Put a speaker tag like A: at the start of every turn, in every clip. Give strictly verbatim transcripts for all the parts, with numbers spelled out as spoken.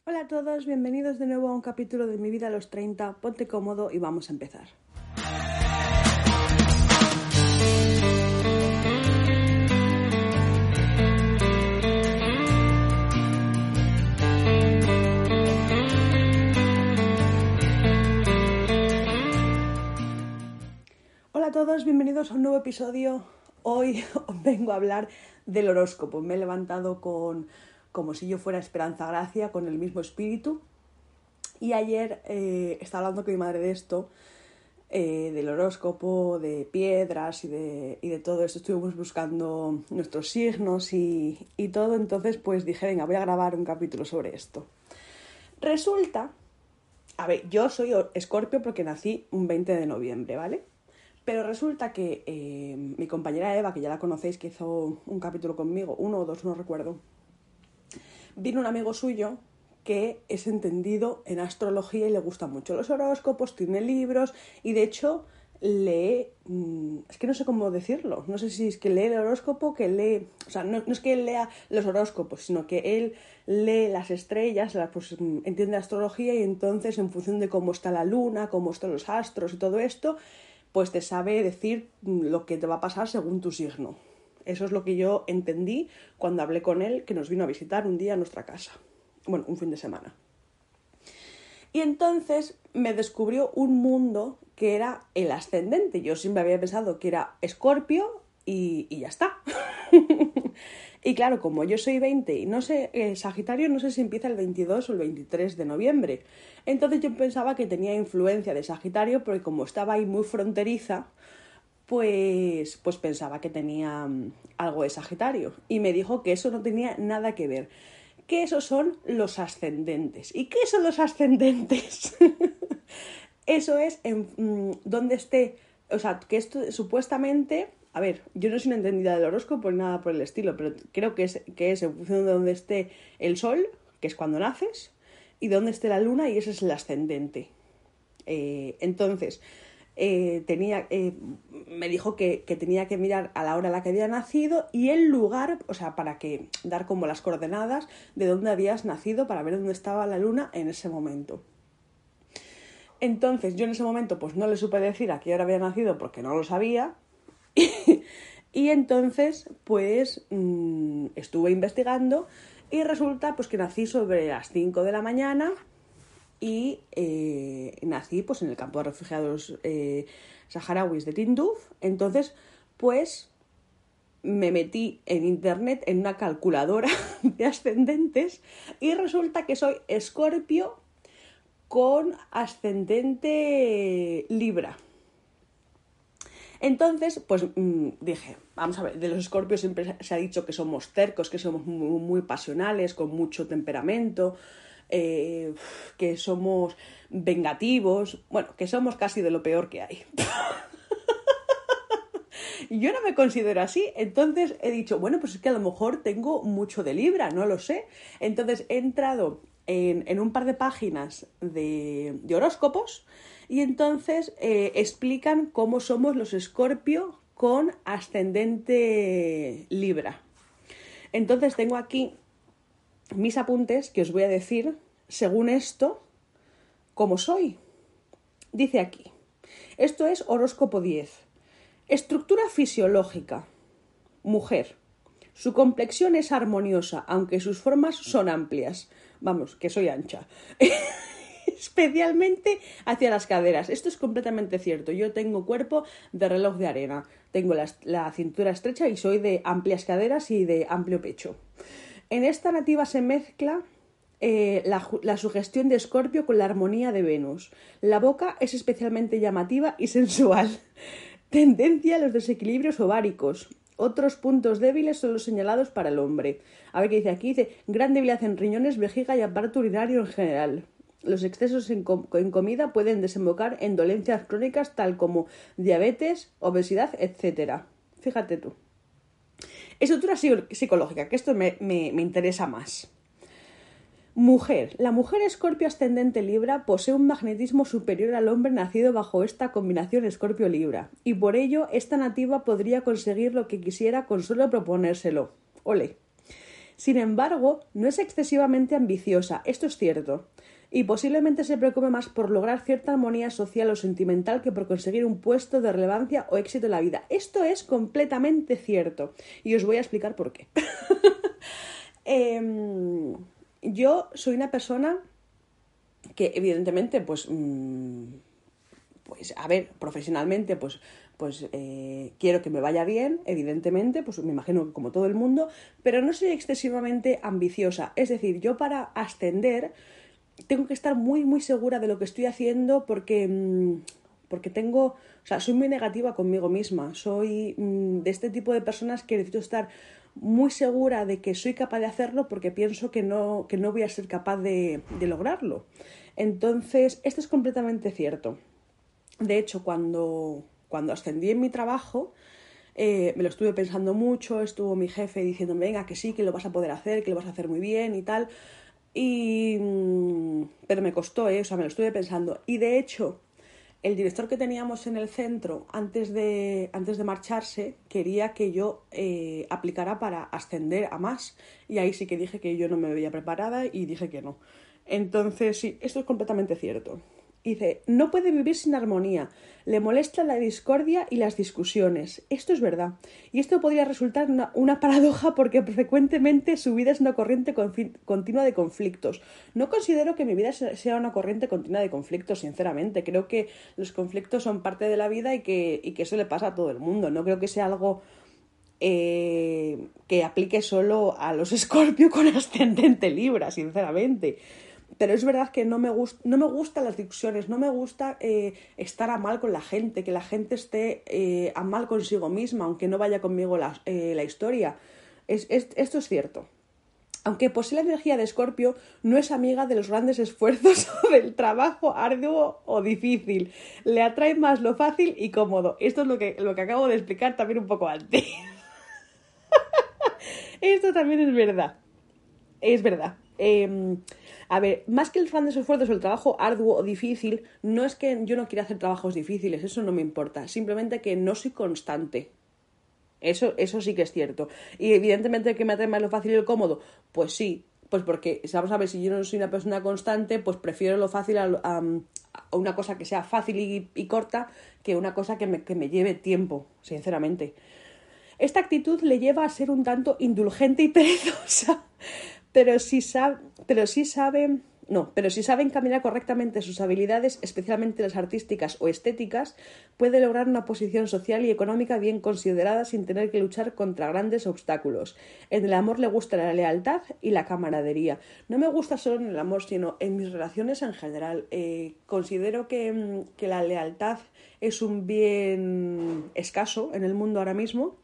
A: Hola a todos, bienvenidos de nuevo a un capítulo de Mi vida a los treinta. Ponte cómodo y vamos a empezar. Hola a todos, bienvenidos a un nuevo episodio. Hoy os vengo a hablar del horóscopo. Me he levantado con, como si yo fuera Esperanza Gracia, con el mismo espíritu. Y ayer eh, estaba hablando con mi madre de esto, eh, del horóscopo, de piedras y de, y de todo esto. Estuvimos buscando nuestros signos y, y todo. Entonces pues dije, venga, voy a grabar un capítulo sobre esto. Resulta, a ver, yo soy Escorpio porque nací un veinte de noviembre, ¿vale? Pero resulta que eh, mi compañera Eva, que ya la conocéis, que hizo un capítulo conmigo, uno o dos, no recuerdo, vino un amigo suyo que es entendido en astrología y le gustan mucho los horóscopos, tiene libros y de hecho lee, es que no sé cómo decirlo, no sé si es que lee el horóscopo, que lee, o sea, no, no es que él lea los horóscopos, sino que él lee las estrellas, pues entiende astrología y entonces en función de cómo está la luna, cómo están los astros y todo esto, pues te sabe decir lo que te va a pasar según tu signo. Eso es lo que yo entendí cuando hablé con él, que nos vino a visitar un día a nuestra casa. Bueno, un fin de semana. Y entonces me descubrió un mundo que era el ascendente. Yo siempre había pensado que era Escorpio y, y ya está. Y claro, como yo soy veinte y no sé, el Sagitario no sé si empieza el veintidós o el veintitrés de noviembre. Entonces yo pensaba que tenía influencia de Sagitario, porque como estaba ahí muy fronteriza, pues, pues pensaba que tenía algo de Sagitario. Y me dijo que eso no tenía nada que ver. Que esos son los ascendentes. ¿Y qué son los ascendentes? Eso es en donde esté, o sea, que esto supuestamente, a ver, yo no soy una entendida del horóscopo ni nada por el estilo, pero creo que es, que es en función de donde esté el sol, que es cuando naces, y donde esté la luna, y ese es el ascendente. Eh, entonces, eh, tenía, eh, me dijo que, que tenía que mirar a la hora a la que había nacido y el lugar, o sea, para que dar como las coordenadas de dónde habías nacido para ver dónde estaba la luna en ese momento. Entonces yo en ese momento pues no le supe decir a qué hora había nacido porque no lo sabía. Y entonces pues mmm, estuve investigando y resulta pues que nací sobre las cinco de la mañana y eh, nací pues en el campo de refugiados eh, saharauis de Tinduf. Entonces pues me metí en internet en una calculadora de ascendentes y resulta que soy Escorpio con ascendente Libra. Entonces, pues mmm, dije, vamos a ver, de los Escorpios siempre se ha dicho que somos tercos, que somos muy, muy pasionales, con mucho temperamento, eh, que somos vengativos, bueno, que somos casi de lo peor que hay. Y yo no me considero así, entonces he dicho, bueno, pues es que a lo mejor tengo mucho de Libra, no lo sé. Entonces he entrado en, en un par de páginas de, de horóscopos y entonces eh, explican cómo somos los Escorpio con ascendente Libra. Entonces tengo aquí mis apuntes que os voy a decir, según esto, cómo soy. Dice aquí, esto es horóscopo diez. Estructura fisiológica. Mujer. Su complexión es armoniosa, aunque sus formas son amplias. Vamos, que soy ancha. Especialmente hacia las caderas. Esto es completamente cierto. Yo tengo cuerpo de reloj de arena. Tengo la, la cintura estrecha y soy de amplias caderas y de amplio pecho. En esta nativa se mezcla eh, la, la sugestión de Escorpio con la armonía de Venus. La boca es especialmente llamativa y sensual. Tendencia a los desequilibrios ováricos. Otros puntos débiles son los señalados para el hombre. A ver qué dice aquí. Dice, gran debilidad en riñones, vejiga y aparato urinario en general. Los excesos en, com- en comida pueden desembocar en dolencias crónicas tal como diabetes, obesidad, etcétera. Fíjate tú. Estructura psicológica, que esto me, me, me interesa más. Mujer. La mujer Escorpio ascendente Libra posee un magnetismo superior al hombre nacido bajo esta combinación Escorpio-Libra, y por ello esta nativa podría conseguir lo que quisiera con solo proponérselo. Ole. Sin embargo, no es excesivamente ambiciosa, esto es cierto, y posiblemente se preocupe más por lograr cierta armonía social o sentimental que por conseguir un puesto de relevancia o éxito en la vida. Esto es completamente cierto, y os voy a explicar por qué. eh, yo soy una persona que evidentemente, pues, mmm, pues a ver, profesionalmente, pues, pues eh, quiero que me vaya bien, evidentemente, pues me imagino que como todo el mundo, pero no soy excesivamente ambiciosa. Es decir, yo para ascender tengo que estar muy, muy segura de lo que estoy haciendo porque, mmm, porque tengo, o sea, soy muy negativa conmigo misma. Soy mmm, de este tipo de personas que necesito estar muy segura de que soy capaz de hacerlo porque pienso que no, que no voy a ser capaz de, de lograrlo. Entonces, esto es completamente cierto. De hecho, cuando, cuando ascendí en mi trabajo, eh, me lo estuve pensando mucho, estuvo mi jefe diciéndome, venga, que sí, que lo vas a poder hacer, que lo vas a hacer muy bien y tal. Y, pero me costó, ¿eh? O sea, me lo estuve pensando. Y de hecho, el director que teníamos en el centro, antes de, antes de marcharse, quería que yo eh, aplicara para ascender a más. Y ahí sí que dije que yo no me veía preparada y dije que no. Entonces, sí, esto es completamente cierto. Dice, no puede vivir sin armonía, le molesta la discordia y las discusiones. Esto es verdad. Y esto podría resultar una, una paradoja porque frecuentemente su vida es una corriente confi- continua de conflictos. No considero que mi vida sea una corriente continua de conflictos, sinceramente. Creo que los conflictos son parte de la vida y que, y que eso le pasa a todo el mundo. No creo que sea algo eh, que aplique solo a los Escorpio con ascendente Libra, sinceramente. Pero es verdad que no me, gust- no me gustan las discusiones, no me gusta eh, estar a mal con la gente, que la gente esté eh, a mal consigo misma, aunque no vaya conmigo la, eh, la historia. Es, es, esto es cierto. Aunque posee la energía de Escorpio, no es amiga de los grandes esfuerzos o del trabajo arduo o difícil. Le atrae más lo fácil y cómodo. Esto es lo que, lo que acabo de explicar también un poco antes. Esto también es verdad. Es verdad. Eh, a ver, más que los grandes esfuerzos o el trabajo arduo o difícil, no es que yo no quiera hacer trabajos difíciles, eso no me importa. Simplemente que no soy constante. Eso, eso sí que es cierto. Y evidentemente que me atrae más lo fácil y lo cómodo. Pues sí, pues porque, vamos a ver, si yo no soy una persona constante, pues prefiero lo fácil a, a, a una cosa que sea fácil y, y corta que una cosa que me, que me lleve tiempo, sinceramente. Esta actitud le lleva a ser un tanto indulgente y perezosa, pero sí sabe, pero sí sabe, no, pero si sabe encaminar correctamente sus habilidades, especialmente las artísticas o estéticas, puede lograr una posición social y económica bien considerada sin tener que luchar contra grandes obstáculos. En el amor le gusta la lealtad y la camaradería. No me gusta solo en el amor, sino en mis relaciones en general. Eh, considero que, que la lealtad es un bien escaso en el mundo ahora mismo.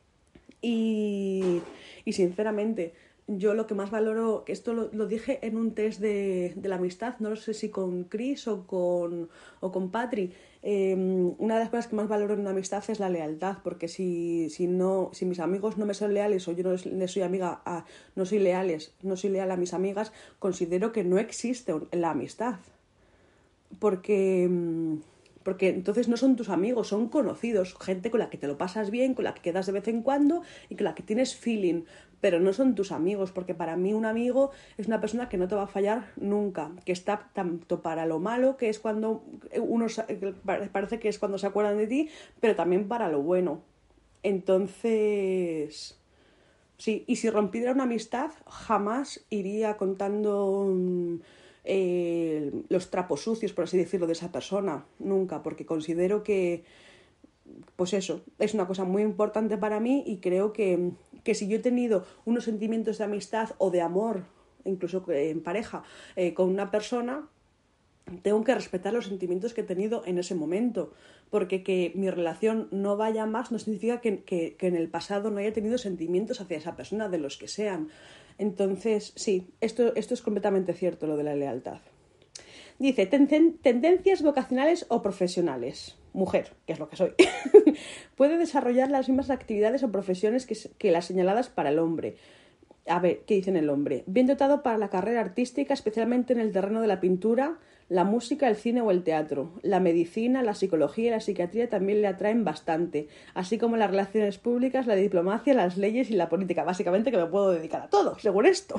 A: Y, y sinceramente, yo lo que más valoro, que esto lo, lo dije en un test de, de la amistad, no sé si con Chris o con, o con Patri, eh, una de las cosas que más valoro en una amistad es la lealtad, porque si, si, no, si mis amigos no me son leales o yo no les soy amiga, a, no soy leales, no soy leal a mis amigas, considero que no existe la amistad. Porque... Porque entonces no son tus amigos, son conocidos, gente con la que te lo pasas bien, con la que quedas de vez en cuando y con la que tienes feeling, pero no son tus amigos, porque para mí un amigo es una persona que no te va a fallar nunca, que está tanto para lo malo, que es cuando uno parece que es cuando se acuerdan de ti, pero también para lo bueno. Entonces, sí, y si rompiera una amistad, jamás iría contando Eh, los trapos sucios, por así decirlo, de esa persona, nunca, porque considero que, pues eso, es una cosa muy importante para mí y creo que, que si yo he tenido unos sentimientos de amistad o de amor, incluso en pareja, eh, con una persona, tengo que respetar los sentimientos que he tenido en ese momento, porque que mi relación no vaya más no significa que, que, que en el pasado no haya tenido sentimientos hacia esa persona, de los que sean. Entonces, sí, esto, esto es completamente cierto, lo de la lealtad. Dice, ten- tendencias vocacionales o profesionales. Mujer, que es lo que soy. Puede desarrollar las mismas actividades o profesiones que, que las señaladas para el hombre. A ver, ¿qué dice en el hombre? Bien dotado para la carrera artística, especialmente en el terreno de la pintura, la música, el cine o el teatro. La medicina, la psicología y la psiquiatría también le atraen bastante, así como las relaciones públicas, la diplomacia, las leyes y la política. Básicamente que me puedo dedicar a todo, según esto.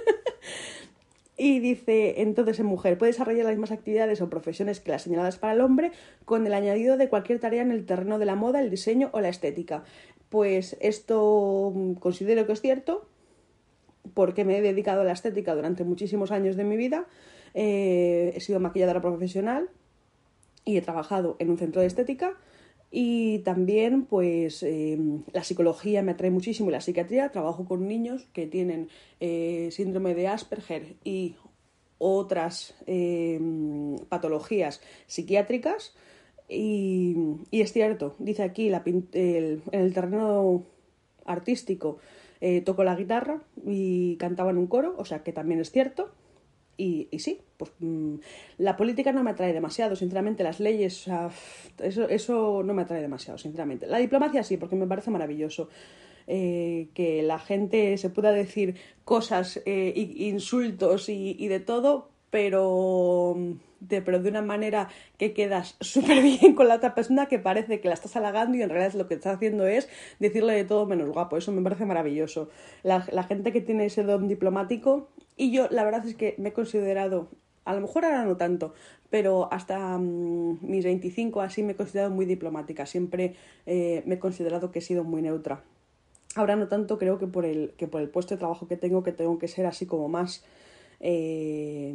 A: Y dice, entonces en mujer, puede desarrollar las mismas actividades o profesiones que las señaladas para el hombre, con el añadido de cualquier tarea en el terreno de la moda, el diseño o la estética. Pues esto considero que es cierto, porque me he dedicado a la estética durante muchísimos años de mi vida. Eh, he sido maquilladora profesional y he trabajado en un centro de estética. Y también, pues, eh, la psicología me atrae muchísimo y la psiquiatría. Trabajo con niños que tienen eh, síndrome de Asperger y otras eh, patologías psiquiátricas. Y, y es cierto, dice aquí, la, el, en el terreno artístico eh, toco la guitarra y cantaba en un coro, o sea que también es cierto. Y, y sí, pues mmm, la política no me atrae demasiado, sinceramente, las leyes, o sea, eso, eso no me atrae demasiado, sinceramente. La diplomacia sí, porque me parece maravilloso. Eh, que la gente se pueda decir cosas, eh, insultos y, y de todo, pero de, pero de una manera que quedas súper bien con la otra persona, que parece que la estás halagando y en realidad lo que estás haciendo es decirle de todo menos guapo. Eso me parece maravilloso. La, la gente que tiene ese don diplomático, y yo la verdad es que me he considerado, a lo mejor ahora no tanto, pero hasta um, mis veinticinco así me he considerado muy diplomática. Siempre eh, me he considerado que he sido muy neutra. Ahora no tanto, creo que por el, que por el puesto de trabajo que tengo, que tengo que ser así como más, eh,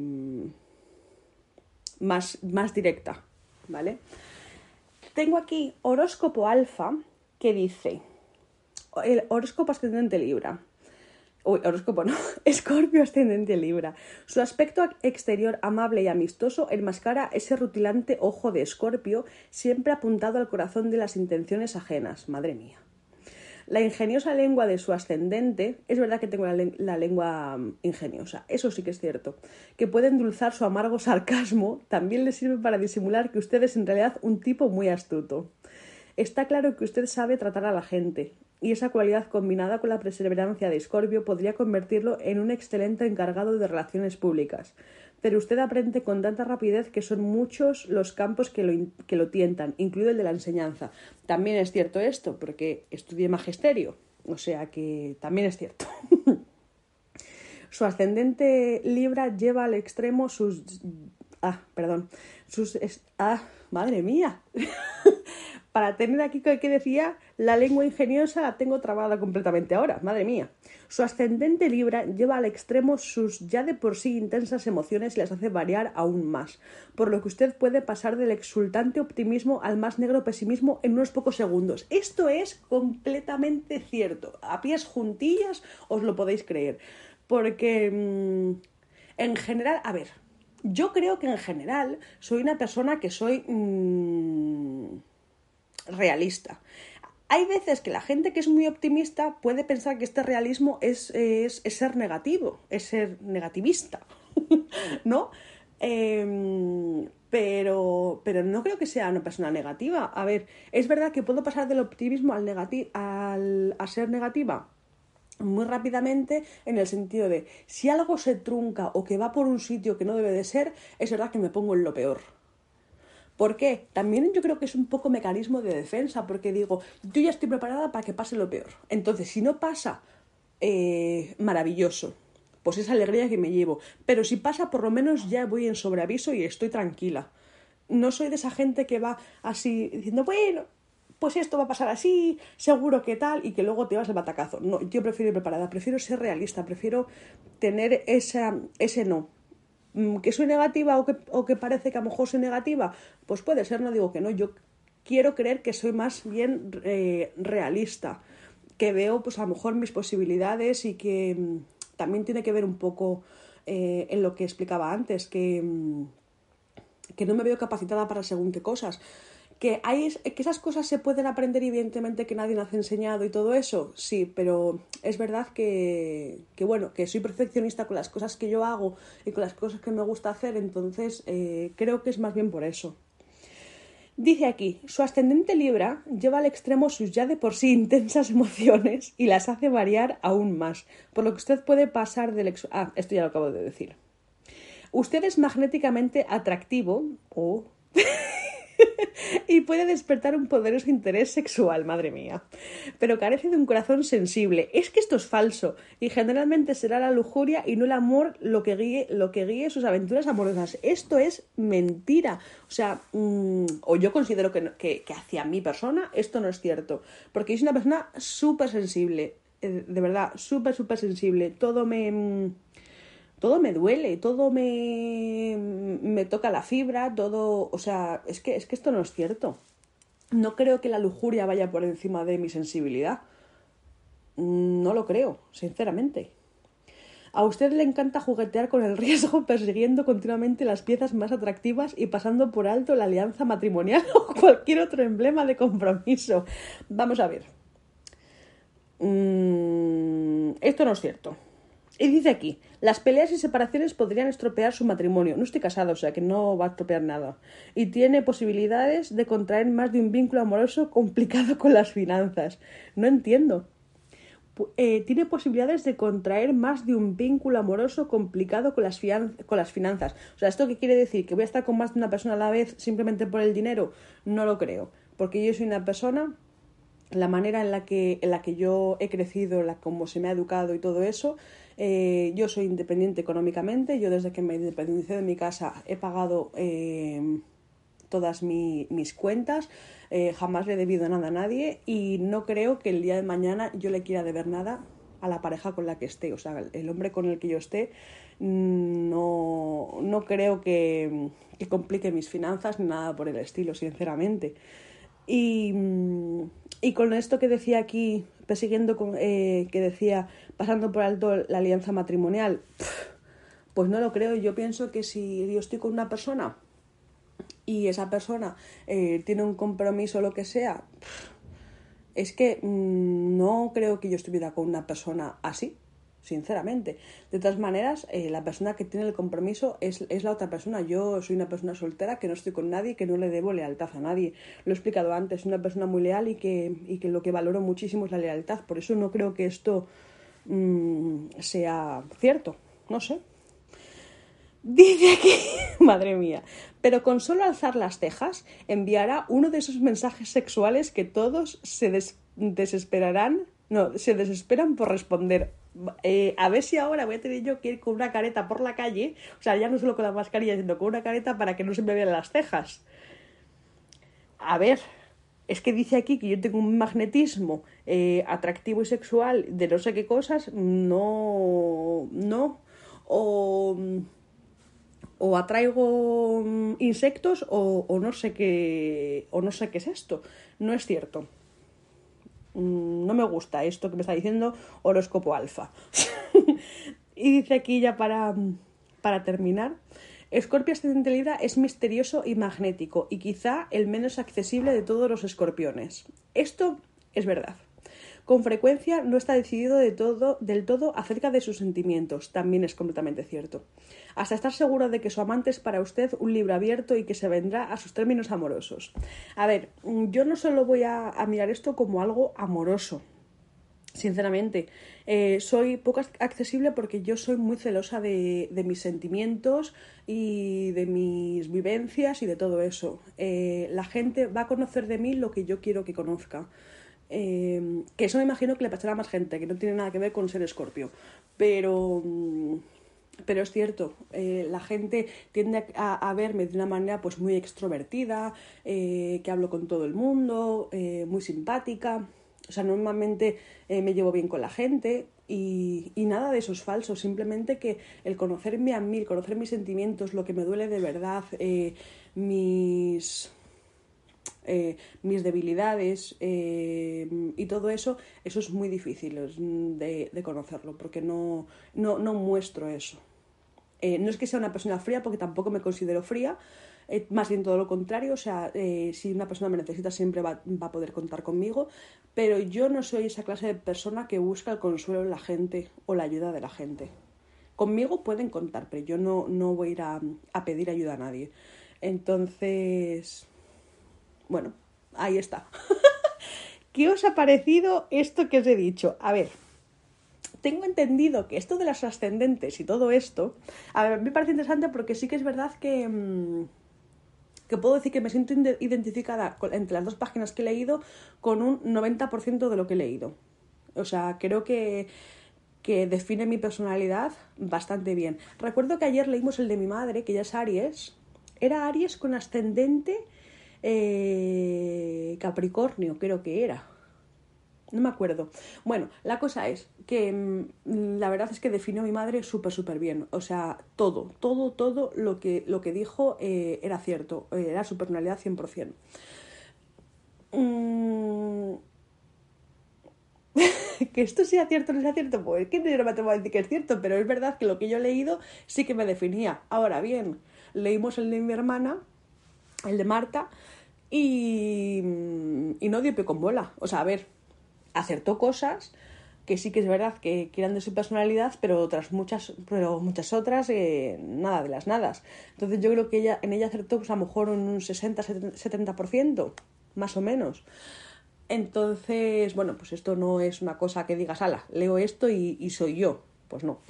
A: más, más directa, ¿vale? Tengo aquí horóscopo alfa que dice, el horóscopo ascendente Libra. Uy, horóscopo no, Escorpio ascendente Libra. Su aspecto exterior amable y amistoso enmascara ese rutilante ojo de Escorpio, siempre apuntado al corazón de las intenciones ajenas. Madre mía. La ingeniosa lengua de su ascendente, es verdad que tengo la, len- la lengua ingeniosa, eso sí que es cierto, que puede endulzar su amargo sarcasmo, también le sirve para disimular que usted es en realidad un tipo muy astuto. Está claro que usted sabe tratar a la gente, y esa cualidad combinada con la perseverancia de Escorpio podría convertirlo en un excelente encargado de relaciones públicas. Pero usted aprende con tanta rapidez que son muchos los campos que lo, que lo tientan, incluido el de la enseñanza. También es cierto esto, porque estudié magisterio, o sea que también es cierto. Su ascendente Libra lleva al extremo sus... Ah, perdón. Sus... Ah, madre mía. Para tener aquí que decía, la lengua ingeniosa la tengo trabada completamente ahora, madre mía. Su ascendente Libra lleva al extremo sus ya de por sí intensas emociones y las hace variar aún más, por lo que usted puede pasar del exultante optimismo al más negro pesimismo en unos pocos segundos. Esto es completamente cierto. A pies juntillas os lo podéis creer, porque mmm, en general, a ver, yo creo que en general soy una persona que soy... Mmm, realista. Hay veces que la gente que es muy optimista puede pensar que este realismo es, es, es ser negativo, es ser negativista, ¿no? Eh, pero, pero no creo que sea una persona negativa. A ver, es verdad que puedo pasar del optimismo al negati- al, a ser negativa muy rápidamente, en el sentido de si algo se trunca o que va por un sitio que no debe de ser, es verdad que me pongo en lo peor. ¿Por qué? También yo creo que es un poco mecanismo de defensa, porque digo, yo ya estoy preparada para que pase lo peor. Entonces, si no pasa, eh, maravilloso, pues esa alegría que me llevo. Pero si pasa, por lo menos ya voy en sobreaviso y estoy tranquila. No soy de esa gente que va así diciendo, bueno, pues esto va a pasar así, seguro que tal, y que luego te vas al batacazo. No, yo prefiero ir preparada, prefiero ser realista, prefiero tener esa, ese no. ¿Que soy negativa o que, o que parece que a lo mejor soy negativa? Pues puede ser, no digo que no. Yo quiero creer que soy más bien eh, realista, que veo pues a lo mejor mis posibilidades y que mmm, también tiene que ver un poco eh, en lo que explicaba antes, que, mmm, que no me veo capacitada para según qué cosas. Que, hay, que esas cosas se pueden aprender, evidentemente que nadie nos ha enseñado y todo eso, sí, pero es verdad que, que bueno, que soy perfeccionista con las cosas que yo hago y con las cosas que me gusta hacer, entonces eh, creo que es más bien por eso. Dice aquí, su ascendente Libra lleva al extremo sus ya de por sí intensas emociones y las hace variar aún más, por lo que usted puede pasar del... Ex... Ah, esto ya lo acabo de decir. Usted es magnéticamente atractivo o... y puede despertar un poderoso interés sexual, madre mía. Pero carece de un corazón sensible. Es que esto es falso. Y generalmente será la lujuria y no el amor lo que guíe, lo que guíe sus aventuras amorosas. Esto es mentira. O sea, mmm, o yo considero que, que, que hacia mi persona esto no es cierto. Porque yo soy una persona súper sensible. Eh, de verdad, súper, súper sensible. Todo me... Mmm, todo me duele, todo me, me toca la fibra, todo... O sea, es que, es que esto no es cierto. No creo que la lujuria vaya por encima de mi sensibilidad. No lo creo, sinceramente. A usted le encanta juguetear con el riesgo, persiguiendo continuamente las piezas más atractivas y pasando por alto la alianza matrimonial o cualquier otro emblema de compromiso. Vamos a ver. Mm, esto no es cierto. Y dice aquí, las peleas y separaciones podrían estropear su matrimonio. No estoy casado, o sea que no va a estropear nada. Y tiene posibilidades de contraer más de un vínculo amoroso complicado con las finanzas. No entiendo. Eh, tiene posibilidades de contraer más de un vínculo amoroso complicado con las, fian- con las finanzas. O sea, ¿esto qué quiere decir? ¿Que voy a estar con más de una persona a la vez simplemente por el dinero? No lo creo. Porque yo soy una persona... La manera en la que, en la que yo he crecido, la, cómo se me ha educado y todo eso, eh, yo soy independiente económicamente. Yo desde que me independicé de mi casa he pagado eh, todas mi, mis cuentas, eh, jamás le he debido nada a nadie y no creo que el día de mañana yo le quiera deber nada a la pareja con la que esté. O sea, el hombre con el que yo esté no, no creo que, que complique mis finanzas ni nada por el estilo, sinceramente. Y, y con esto que decía aquí, persiguiendo, con, eh, que decía, pasando por alto la alianza matrimonial, pues no lo creo. Yo pienso que si yo estoy con una persona y esa persona eh, tiene un compromiso o lo que sea, es que mmm, no creo que yo estuviera con una persona así, sinceramente. De todas maneras, eh, la persona que tiene el compromiso es, es la otra persona. Yo soy una persona soltera, que no estoy con nadie, que no le debo lealtad a nadie. Lo he explicado antes, soy una persona muy leal y que, y que lo que valoro muchísimo es la lealtad. Por eso no creo que esto mmm, sea cierto. No sé. Dice aquí, madre mía, pero con solo alzar las cejas enviará uno de esos mensajes sexuales que todos se des- desesperarán, no, se desesperan por responder. Eh, a ver si ahora voy a tener yo que ir con una careta por la calle, o sea, ya no solo con la mascarilla, sino con una careta para que no se me vean las cejas. A ver, es que dice aquí que yo tengo un magnetismo eh, atractivo y sexual de no sé qué cosas, no, no, o... o atraigo insectos o, o no sé qué o no sé qué es esto. No es cierto. No me gusta esto que me está diciendo horóscopo alfa. Y dice aquí ya para, para terminar, Escorpio ascendente Libra es misterioso y magnético y quizá el menos accesible de todos los escorpiones. Esto es verdad. Con frecuencia no está decidido de todo, del todo acerca de sus sentimientos, también es completamente cierto. Hasta estar seguro de que su amante es para usted un libro abierto y que se vendrá a sus términos amorosos. A ver, yo no solo voy a, a mirar esto como algo amoroso, sinceramente. Eh, soy poco accesible porque yo soy muy celosa de, de mis sentimientos y de mis vivencias y de todo eso. Eh, la gente va a conocer de mí lo que yo quiero que conozca. Eh, que eso me imagino que le pasará a más gente, que no tiene nada que ver con ser Escorpio. Pero, pero es cierto, eh, la gente tiende a, a verme de una manera pues muy extrovertida, eh, que hablo con todo el mundo, eh, muy simpática. O sea, normalmente eh, me llevo bien con la gente y, y nada de eso es falso. Simplemente que el conocerme a mí, el conocer mis sentimientos, lo que me duele de verdad, eh, mis... Eh, mis debilidades eh, y todo eso, eso es muy difícil de, de conocerlo porque no, no, no muestro eso. Eh, no es que sea una persona fría porque tampoco me considero fría, eh, más bien todo lo contrario, o sea, eh, si una persona me necesita siempre va, va a poder contar conmigo, pero yo no soy esa clase de persona que busca el consuelo en la gente o la ayuda de la gente. Conmigo pueden contar, pero yo no, no voy a ir a, a pedir ayuda a nadie. Entonces... Bueno, ahí está. ¿Qué os ha parecido esto que os he dicho? A ver, tengo entendido que esto de las ascendentes y todo esto, a ver, me parece interesante porque sí que es verdad que, mmm, que puedo decir que me siento identificada con, entre las dos páginas que he leído con un noventa por ciento de lo que he leído. O sea, creo que, que define mi personalidad bastante bien. Recuerdo que ayer leímos el de mi madre, que ella es Aries. Era Aries con ascendente eh, Capricornio, creo que era. No me acuerdo. Bueno, la cosa es que mmm, la verdad es que definió a mi madre súper, súper bien. O sea, todo, todo, todo lo que, lo que dijo eh, era cierto. Era su personalidad cien por ciento. Mm... que esto sea cierto o no sea cierto, pues que no me atrevo a decir que es cierto, pero es verdad que lo que yo he leído sí que me definía. Ahora bien, leímos el de mi hermana, el de Marta, y, y no dio pie con bola. O sea, a ver, acertó cosas que sí que es verdad que, que eran de su personalidad, pero otras muchas, pero muchas otras eh, nada de las nadas. Entonces yo creo que ella, en ella acertó pues a lo mejor un sesenta a setenta por ciento, más o menos. Entonces, bueno, pues esto no es una cosa que digas, ala, leo esto y, y soy yo. Pues no.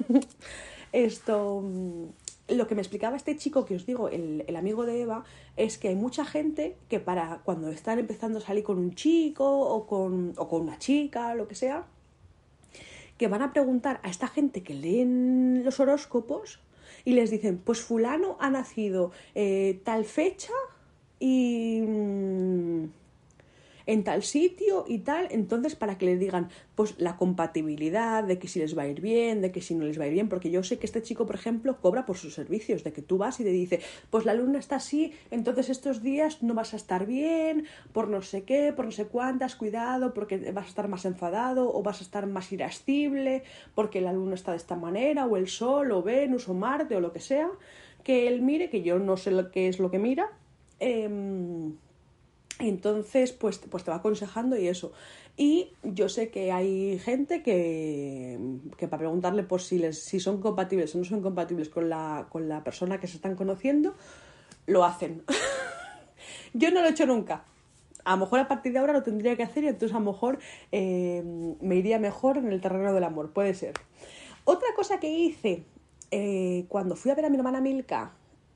A: Esto, lo que me explicaba este chico que os digo, el, el amigo de Eva, es que hay mucha gente que para cuando están empezando a salir con un chico o con, o con una chica, lo que sea, que van a preguntar a esta gente que leen los horóscopos y les dicen, pues fulano ha nacido eh, tal fecha y... Mmm, en tal sitio y tal, entonces para que les digan pues la compatibilidad, de que si les va a ir bien, de que si no les va a ir bien, porque yo sé que este chico, por ejemplo, cobra por sus servicios, de que tú vas y te dice, pues la luna está así, entonces estos días no vas a estar bien, por no sé qué, por no sé cuántas, cuidado, porque vas a estar más enfadado o vas a estar más irascible, porque la luna está de esta manera, o el sol, o Venus, o Marte, o lo que sea, que él mire, que yo no sé lo que es lo que mira, eh, entonces pues, pues te va aconsejando y eso. Y yo sé que hay gente que, que para preguntarle por si, les, si son compatibles o no son compatibles con la, con la persona que se están conociendo, lo hacen. Yo no lo he hecho nunca. A lo mejor a partir de ahora lo tendría que hacer y entonces a lo mejor eh, me iría mejor en el terreno del amor, puede ser. Otra cosa que hice eh, cuando fui a ver a mi hermana Milka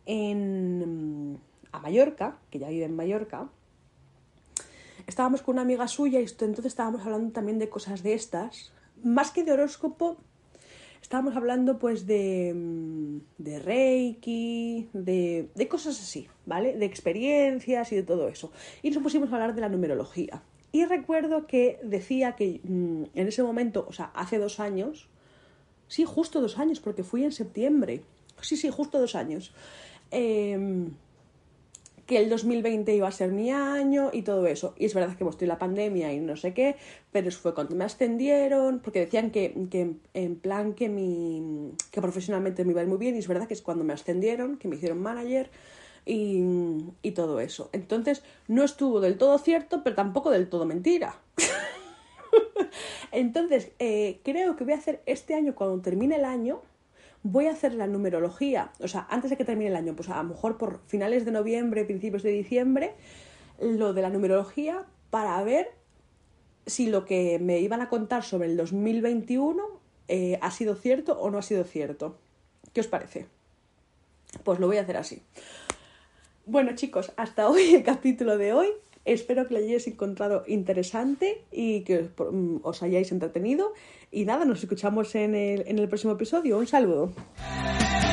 A: en, a Mallorca, que ya vive en Mallorca, estábamos con una amiga suya y entonces estábamos hablando también de cosas de estas. Más que de horóscopo, estábamos hablando pues de, de Reiki, de, de cosas así, ¿vale? De experiencias y de todo eso. Y nos pusimos a hablar de la numerología. Y recuerdo que decía que mmm, en ese momento, o sea, hace dos años, sí, justo dos años, porque fui en septiembre. Sí, sí, justo dos años. Eh... que el dos mil veinte iba a ser mi año y todo eso. Y es verdad que hemos tenido la pandemia y no sé qué, pero fue cuando me ascendieron, porque decían que, que en plan que, mi, que profesionalmente me iba a ir muy bien, y es verdad que es cuando me ascendieron, que me hicieron manager y, y todo eso. Entonces no estuvo del todo cierto, pero tampoco del todo mentira. Entonces eh, creo que voy a hacer este año, cuando termine el año, voy a hacer la numerología, o sea, antes de que termine el año, pues a lo mejor por finales de noviembre, principios de diciembre, lo de la numerología para ver si lo que me iban a contar sobre el dos mil veintiuno eh, ha sido cierto o no ha sido cierto. ¿Qué os parece? Pues lo voy a hacer así. Bueno, chicos, hasta hoy el capítulo de hoy. Espero que lo hayáis encontrado interesante y que os, os hayáis entretenido. Y nada, nos escuchamos en el, en el próximo episodio. Un saludo.